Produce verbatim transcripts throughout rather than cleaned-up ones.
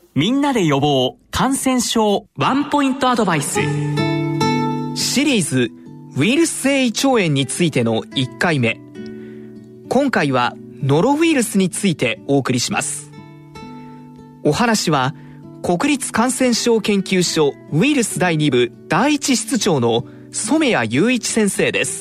みんなで予防感染症ワンポイントアドバイスシリーズウイルス性胃腸炎についてのいっかいめ。今回はノロウイルスについてお送りします。お話は国立感染症研究所ウイルスだいに部第一室長の染谷雄一先生です。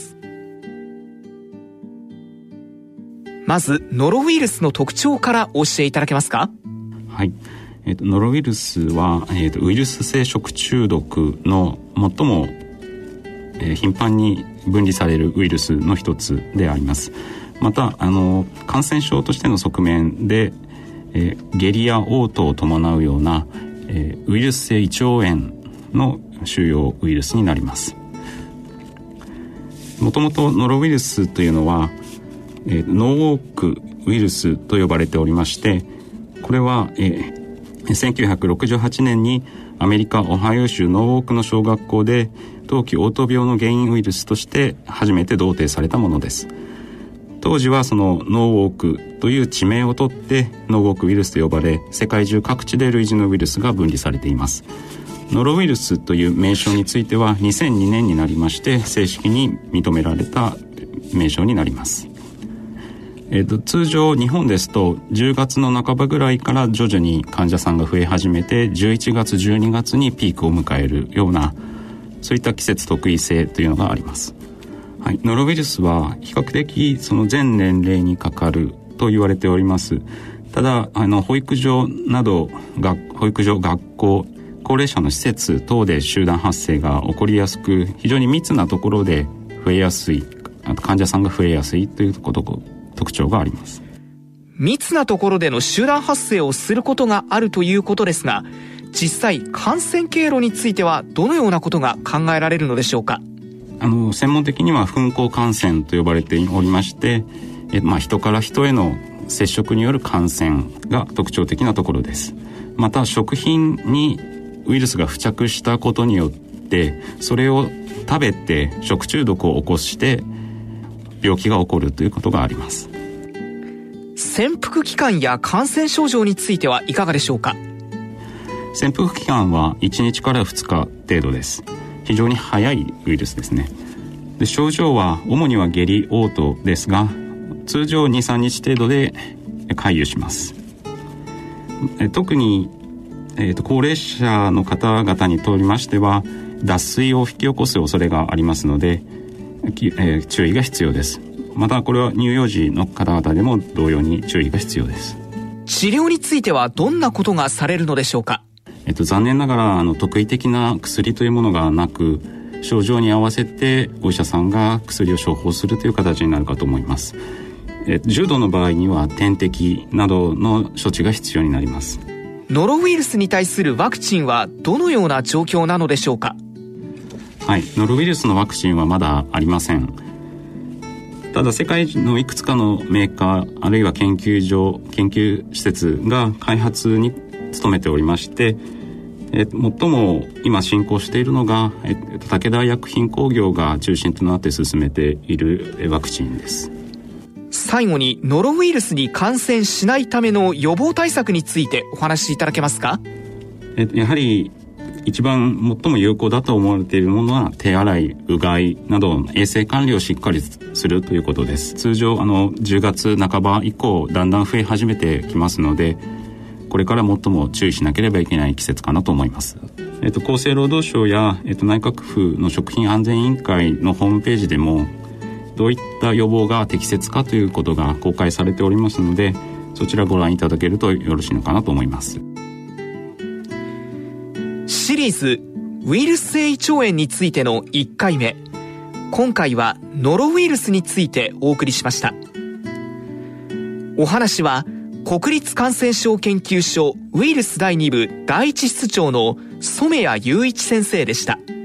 まずノロウイルスの特徴からお教えいただけますか？ はい、えー、とノロウイルスは、えー、とウイルス性食中毒の最も、えー、頻繁に分離されるウイルスの一つであります。またあの感染症としての側面で、えー、下痢や嘔吐を伴うような、えー、ウイルス性胃腸炎の収容ウイルスになります。もともとノロウイルスというのは、えー、ノーウォークウイルスと呼ばれておりまして、これは、えー、せんきゅうひゃくろくじゅうはちねんにアメリカオハイオ州ノーウォークの小学校で冬季嘔吐病の原因ウイルスとして初めて同定されたものです。当時はそのノーウォークという地名を取ってノーウォークウイルスと呼ばれ、世界中各地で類似のウイルスが分離されています。ノロウイルスという名称についてはにせんにねんになりまして正式に認められた名称になります。えーと、通常日本ですとじゅうがつの半ばぐらいから徐々に患者さんが増え始めて、じゅういちがつじゅうにがつにピークを迎えるような、そういった季節特異性というのがあります。はい、ノロウイルスは比較的その全年齢にかかると言われております。ただあの保育所など学保育所学校高齢者の施設等で集団発生が起こりやすく、非常に密なところで増えやすい、あと患者さんが増えやすいということ特徴があります。 密なところでの集団発生をすることがあるということですが、実際感染経路についてはどのようなことが考えられるのでしょうか？ あの専門的には噴光感染と呼ばれておりまして、え、まあ、人から人への接触による感染が特徴的なところです。また食品にウイルスが付着したことによってそれを食べて食中毒を起こして病気が起こるということがあります。 潜伏期間や感染症状についてはいかがでしょうか？ 潜伏期間はいちにちからふつか程度です。非常に早いウイルスですね。で、症状は主には下痢嘔吐ですが、通常 にさんにち程度で回遊します。え特に、えーと、高齢者の方々にとりましては脱水を引き起こす恐れがありますので、えー、注意が必要です。またこれは乳幼児の方々でも同様に注意が必要です。 治療についてはどんなことがされるのでしょうか？ えっと、残念ながらあの特異的な薬というものがなく、症状に合わせてお医者さんが薬を処方するという形になるかと思います。え重度の場合には点滴などの処置が必要になります。 ノロウイルスに対するワクチンはどのような状況なのでしょうか？ はい、ノロウイルスのワクチンはまだありません。ただ世界のいくつかのメーカーあるいは研究所研究施設が開発に努めておりまして、え最も今進行しているのが、え武田薬品工業が中心となって進めているワクチンです。 最後にノロウイルスに感染しないための予防対策についてお話しいただけますか？ えやはり一番最も有効だと思われているものは手洗い、うがいなど衛生管理をしっかりするということです。通常あのじゅうがつなかば以降だんだん増え始めてきますので、これから最も注意しなければいけない季節かなと思います。えっと、厚生労働省や、えっと、内閣府の食品安全委員会のホームページでもどういった予防が適切かということが公開されておりますので、そちらご覧いただけるとよろしいのかなと思います。 シリーズウイルス性胃腸炎についてのいっかいめ。今回はノロウイルスについてお送りしました。お話は国立感染症研究所ウイルスだいに部第一室長の染谷雄一先生でした。